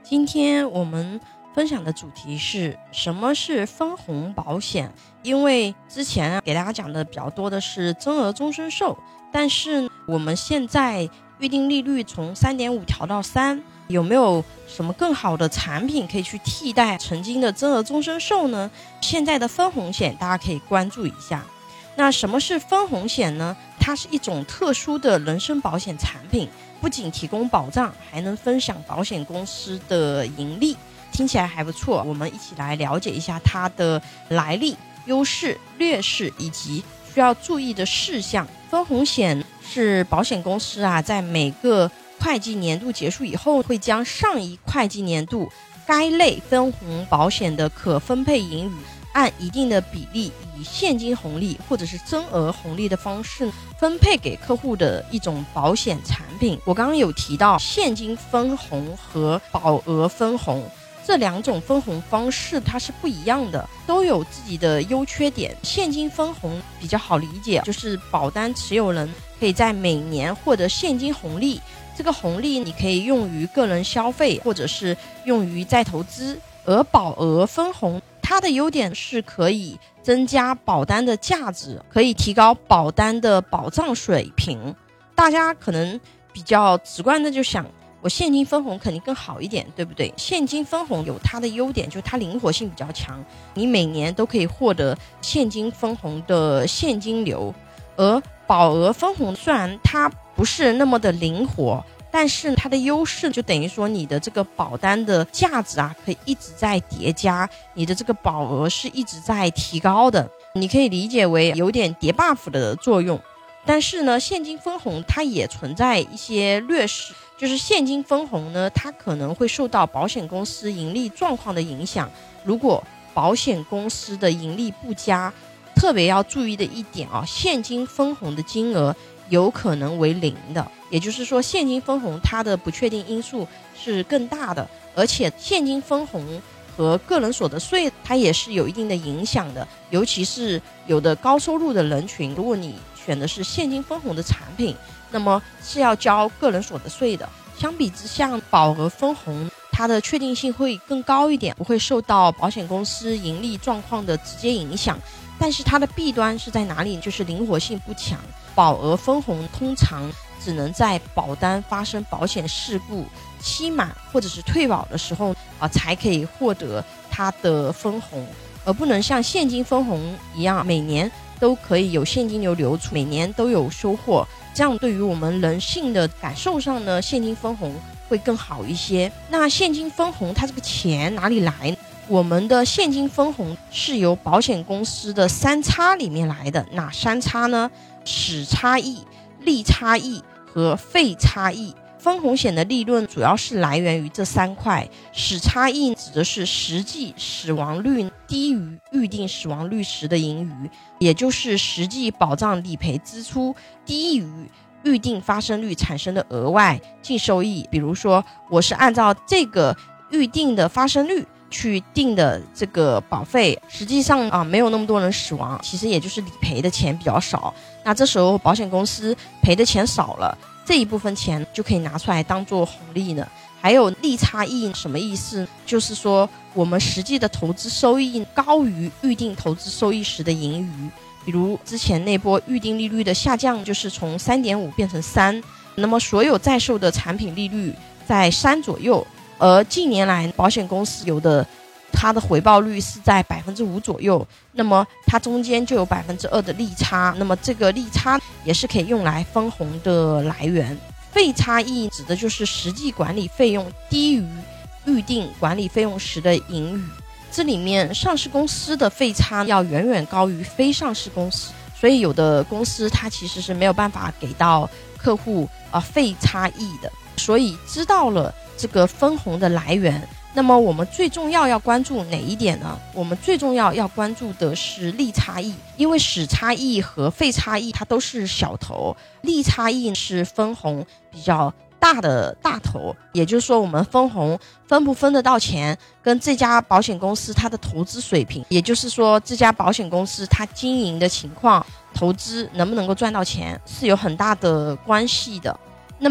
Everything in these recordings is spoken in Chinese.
今天我们分享的主题是什么是分红保险。因为之前给大家讲的比较多的是增额终身寿，但是我们现在预定利率从 3.5 调到3，有没有什么更好的产品可以去替代曾经的增额终身寿呢？现在的分红险大家可以关注一下。那什么是分红险呢？它是一种特殊的人身保险产品，不仅提供保障，还能分享保险公司的盈利，听起来还不错。我们一起来了解一下它的来历、优势、劣势以及需要注意的事项。分红险是保险公司在每个会计年度结束以后，会将上一会计年度该类分红保险的可分配盈余按一定的比例，以现金红利或者是增额红利的方式分配给客户的一种保险产品。我刚刚有提到现金分红和保额分红这两种分红方式它是不一样的，都有自己的优缺点。现金分红比较好理解，就是保单持有人可以在每年获得现金红利，这个红利你可以用于个人消费或者是用于再投资。而保额分红它的优点是可以增加保单的价值，可以提高保单的保障水平。大家可能比较直观的就想，我现金分红肯定更好一点，对不对？现金分红有它的优点，就是它灵活性比较强，你每年都可以获得现金分红的现金流。而保额分红虽然它不是那么的灵活，但是它的优势就等于说你的这个保单的价值可以一直在叠加，你的这个保额是一直在提高的，你可以理解为有点叠 buff 的作用。但是呢，现金分红它也存在一些劣势，就是现金分红呢，它可能会受到保险公司盈利状况的影响。如果保险公司的盈利不佳，特别要注意的一点现金分红的金额有可能为0的，也就是说现金分红它的不确定因素是更大的，而且现金分红和个人所得税它也是有一定的影响的，尤其是有的高收入的人群，如果你选的是现金分红的产品，那么是要交个人所得税的。相比之下，保额分红它的确定性会更高一点，不会受到保险公司盈利状况的直接影响。但是它的弊端是在哪里？就是灵活性不强。保额分红通常只能在保单发生保险事故期满或者是退保的时候才可以获得它的分红，而不能像现金分红一样每年都可以有现金流流出，每年都有收获。这样对于我们人性的感受上呢，现金分红会更好一些。那现金分红它这个钱哪里来？我们的现金分红是由保险公司的3差里面来的。哪3差呢？使差异、利差异和费差异。分红险的利润主要是来源于这3块。使差异指的是实际死亡率低于预定死亡率时的盈余，也就是实际保障理赔支出低于预定发生率产生的额外净收益。比如说我是按照这个预定的发生率去定的这个保费，实际上没有那么多人死亡，其实也就是理赔的钱比较少，那这时候保险公司赔的钱少了，这一部分钱就可以拿出来当做红利呢。还有利差异什么意思？就是说我们实际的投资收益高于预定投资收益时的盈余。比如之前那波预定利率的下降，就是从 3.5 变成3，那么所有在售的产品利率在3左右，而近年来保险公司有的它的回报率是在 5% 左右，那么它中间就有 2% 的利差，那么这个利差也是可以用来分红的来源。费差异指的就是实际管理费用低于预定管理费用时的盈余，这里面上市公司的费差要远远高于非上市公司，所以有的公司它其实是没有办法给到客户费差异的。所以知道了这个分红的来源，那么我们最重要关注哪一点呢？我们最重要关注的是利差异，因为使差异和费差异它都是小头，利差异是分红比较大的大头，也就是说我们分红分不分得到钱跟这家保险公司它的投资水平，也就是说这家保险公司它经营的情况，投资能不能够赚到钱是有很大的关系的。那么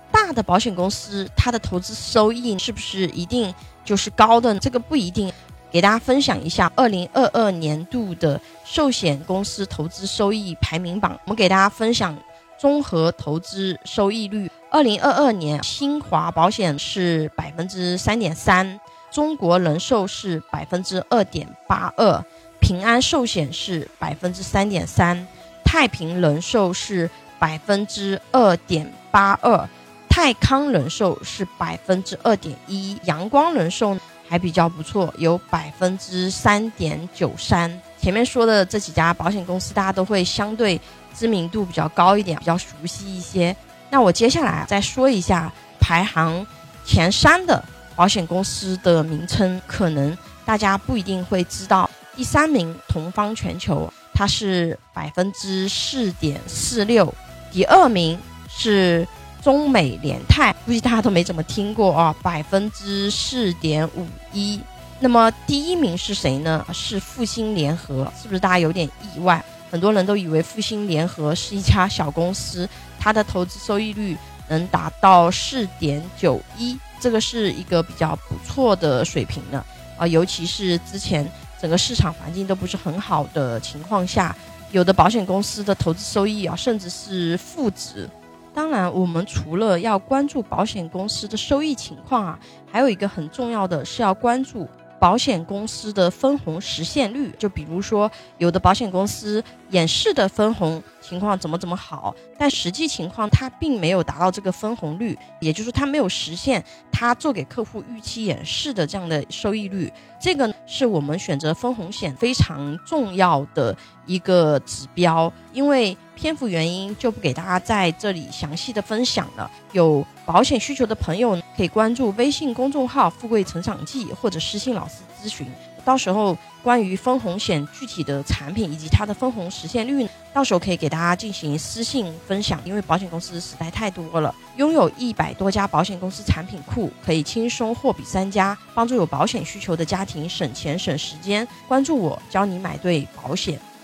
大的保险公司它的投资收益是不是一定就是高的？这个不一定。给大家分享一下2022年度的寿险公司投资收益排名榜。我们给大家分享综合投资收益率。2022年新华保险是 3.3%， 中国人寿是 2.82%， 平安寿险是 3.3%， 太平人寿是 2.82%， 泰康人寿是 2.1%， 阳光人寿还比较不错，有 3.93%。 前面说的这几家保险公司大家都会相对知名度比较高一点，比较熟悉一些。那我接下来再说一下排行前3的保险公司的名称，可能大家不一定会知道。第3名同方全球，它是 4.46%， 第2名是中美联泰，估计大家都没怎么听过啊，4.51%。那么第1名是谁呢？是复兴联合，是不是大家有点意外？很多人都以为复兴联合是一家小公司，它的投资收益率能达到 4.91%， 这个是一个比较不错的水平呢。尤其是之前整个市场环境都不是很好的情况下，有的保险公司的投资收益甚至是负值。当然我们除了要关注保险公司的收益情况还有一个很重要的是要关注保险公司的分红实现率。就比如说有的保险公司演示的分红情况怎么好，但实际情况它并没有达到这个分红率，也就是它没有实现它做给客户预期演示的这样的收益率。这个是我们选择分红险非常重要的一个指标，因为篇幅原因就不给大家在这里详细的分享了。有保险需求的朋友可以关注微信公众号富贵成长记，或者私信老师咨询，到时候关于分红险具体的产品以及它的分红实现率，到时候可以给大家进行私信分享。因为保险公司实在太多了，拥有100多家保险公司产品库，可以轻松货比3家，帮助有保险需求的家庭省钱省时间。关注我，教你买对保险。